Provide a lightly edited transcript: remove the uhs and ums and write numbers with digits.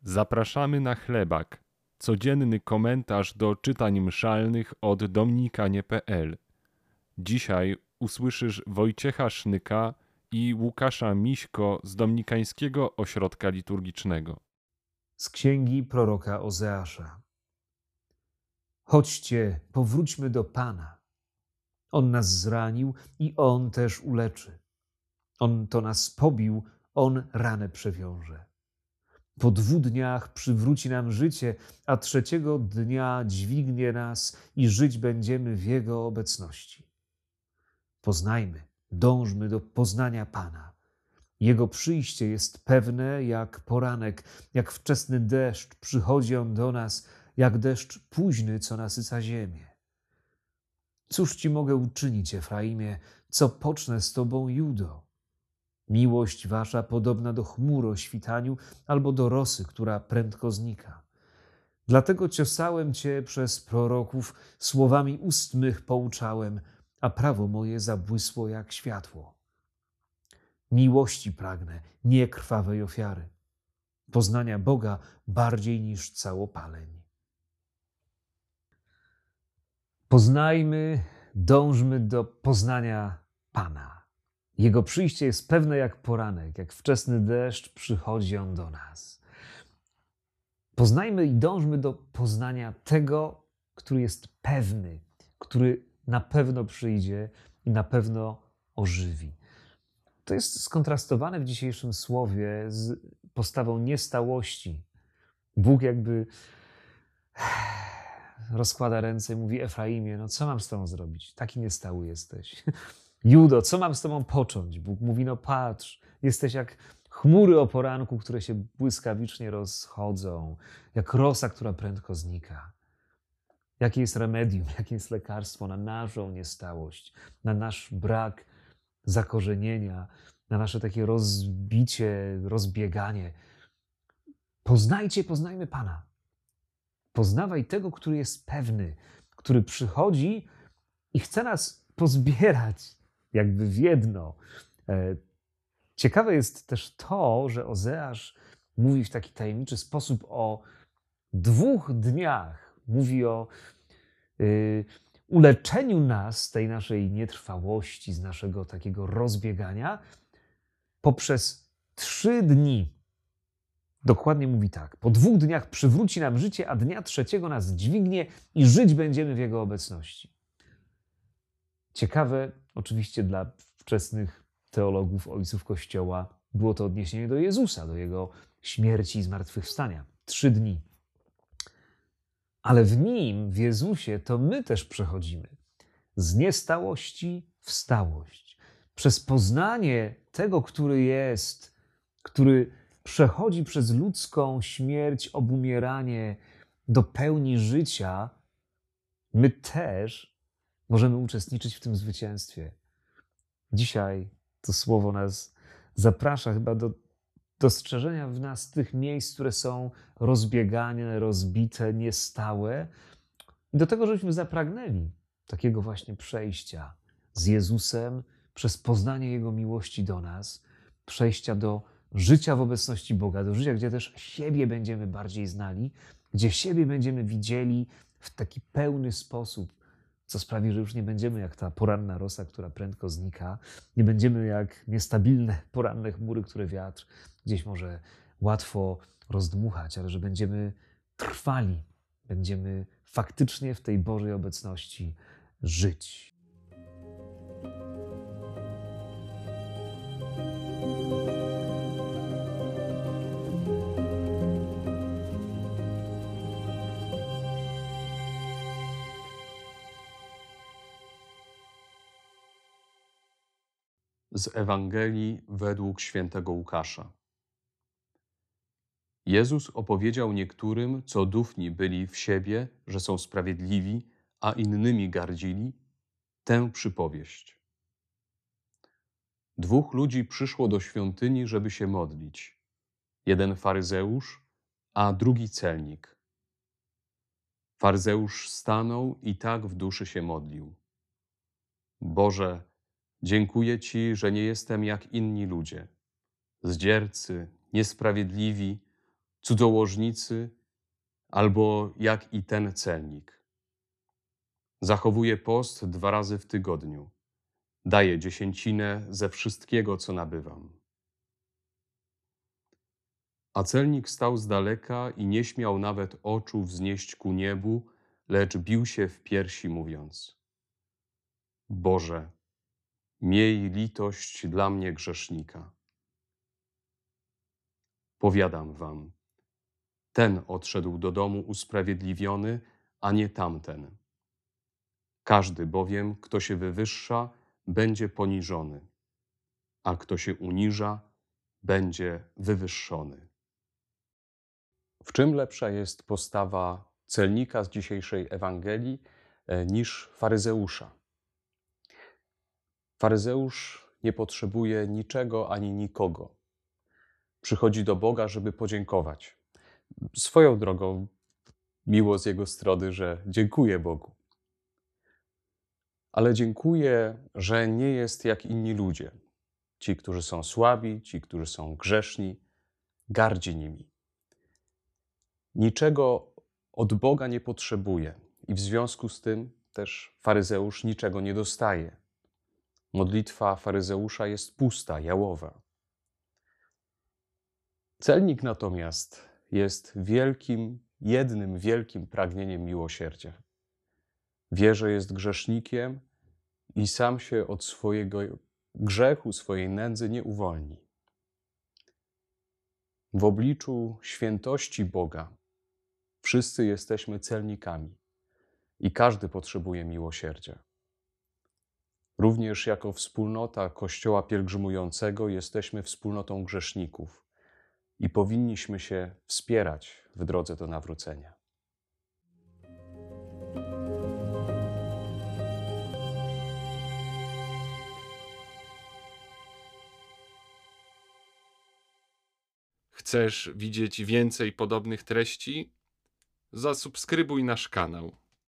Zapraszamy na chlebak. Codzienny komentarz do czytań mszalnych od dominikanie.pl. Dzisiaj usłyszysz Wojciecha Sznyka i Łukasza Miśko z Dominikańskiego Ośrodka Liturgicznego. Z księgi proroka Ozeasza. Chodźcie, powróćmy do Pana. On nas zranił i On też uleczy. On to nas pobił, On ranę przewiąże. Po 2 dniach przywróci nam życie, a 3. dnia dźwignie nas i żyć będziemy w Jego obecności. Poznajmy, dążmy do poznania Pana. Jego przyjście jest pewne jak poranek, jak wczesny deszcz przychodzi On do nas, jak deszcz późny, co nasyca ziemię. Cóż Ci mogę uczynić, Efraimie, co pocznę z Tobą, Judo? Miłość Wasza podobna do chmur o świtaniu albo do rosy, która prędko znika. Dlatego ciosałem Cię przez proroków, słowami ust mych pouczałem, a prawo moje zabłysło jak światło. Miłości pragnę, nie krwawej ofiary. Poznania Boga bardziej niż całopaleń. Poznajmy, dążmy do poznania Pana. Jego przyjście jest pewne jak poranek, jak wczesny deszcz przychodzi On do nas. Poznajmy i dążmy do poznania tego, który jest pewny, który na pewno przyjdzie i na pewno ożywi. To jest skontrastowane w dzisiejszym słowie z postawą niestałości. Bóg jakby rozkłada ręce i mówi: Efraimie, no co mam z tobą zrobić? Taki niestały jesteś. Judo, co mam z tobą począć? Bóg mówi: no patrz, jesteś jak chmury o poranku, które się błyskawicznie rozchodzą, jak rosa, która prędko znika. Jakie jest remedium, jakie jest lekarstwo na naszą niestałość, na nasz brak zakorzenienia, na nasze takie rozbicie, rozbieganie. Poznajmy Pana. Poznawaj tego, który jest pewny, który przychodzi i chce nas pozbierać jakby w jedno. Ciekawe jest też to, że Ozeasz mówi w taki tajemniczy sposób o 2 dniach. Mówi o uleczeniu nas z tej naszej nietrwałości, z naszego takiego rozbiegania poprzez 3 dni. Dokładnie mówi tak: po 2 dniach przywróci nam życie, a dnia 3 nas dźwignie i żyć będziemy w Jego obecności. Ciekawe, oczywiście dla wczesnych teologów, ojców Kościoła, było to odniesienie do Jezusa, do Jego śmierci i zmartwychwstania. 3 dni. Ale w Nim, w Jezusie, to my też przechodzimy z niestałości w stałość. Przez poznanie tego, który jest, który przechodzi przez ludzką śmierć, obumieranie do pełni życia, my też możemy uczestniczyć w tym zwycięstwie. Dzisiaj to słowo nas zaprasza chyba do dostrzeżenia w nas tych miejsc, które są rozbiegane, rozbite, niestałe i do tego, żebyśmy zapragnęli takiego właśnie przejścia z Jezusem przez poznanie Jego miłości do nas, przejścia do życia w obecności Boga, do życia, gdzie też siebie będziemy bardziej znali, gdzie siebie będziemy widzieli w taki pełny sposób, co sprawi, że już nie będziemy jak ta poranna rosa, która prędko znika, nie będziemy jak niestabilne poranne chmury, które wiatr gdzieś może łatwo rozdmuchać, ale że będziemy trwali, będziemy faktycznie w tej Bożej obecności żyć. Z Ewangelii według świętego Łukasza. Jezus opowiedział niektórym, co dufni byli w siebie, że są sprawiedliwi, a innymi gardzili, tę przypowieść. 2 ludzi przyszło do świątyni, żeby się modlić. Jeden faryzeusz, a drugi celnik. Faryzeusz stanął i tak w duszy się modlił: Boże, dziękuję Ci, że nie jestem jak inni ludzie, zdziercy, niesprawiedliwi, cudzołożnicy albo jak i ten celnik. Zachowuje post 2 razy w tygodniu. Daję dziesięcinę ze wszystkiego, co nabywam. A celnik stał z daleka i nie śmiał nawet oczu wznieść ku niebu, lecz bił się w piersi, mówiąc: Boże, miej litość dla mnie grzesznika. Powiadam wam, ten odszedł do domu usprawiedliwiony, a nie tamten. Każdy bowiem, kto się wywyższa, będzie poniżony, a kto się uniża, będzie wywyższony. W czym lepsza jest postawa celnika z dzisiejszej Ewangelii niż faryzeusza? Faryzeusz nie potrzebuje niczego ani nikogo. Przychodzi do Boga, żeby podziękować. Swoją drogą miło z jego strony, że dziękuję Bogu. Ale dziękuję, że nie jest jak inni ludzie. Ci, którzy są słabi, ci, którzy są grzeszni, gardzi nimi. Niczego od Boga nie potrzebuje i w związku z tym też faryzeusz niczego nie dostaje. Modlitwa faryzeusza jest pusta, jałowa. Celnik natomiast jest jednym wielkim pragnieniem miłosierdzia. Wie, że jest grzesznikiem i sam się od swojego grzechu, swojej nędzy nie uwolni. W obliczu świętości Boga wszyscy jesteśmy celnikami i każdy potrzebuje miłosierdzia. Również jako wspólnota Kościoła pielgrzymującego jesteśmy wspólnotą grzeszników i powinniśmy się wspierać w drodze do nawrócenia. Chcesz widzieć więcej podobnych treści? Zasubskrybuj nasz kanał.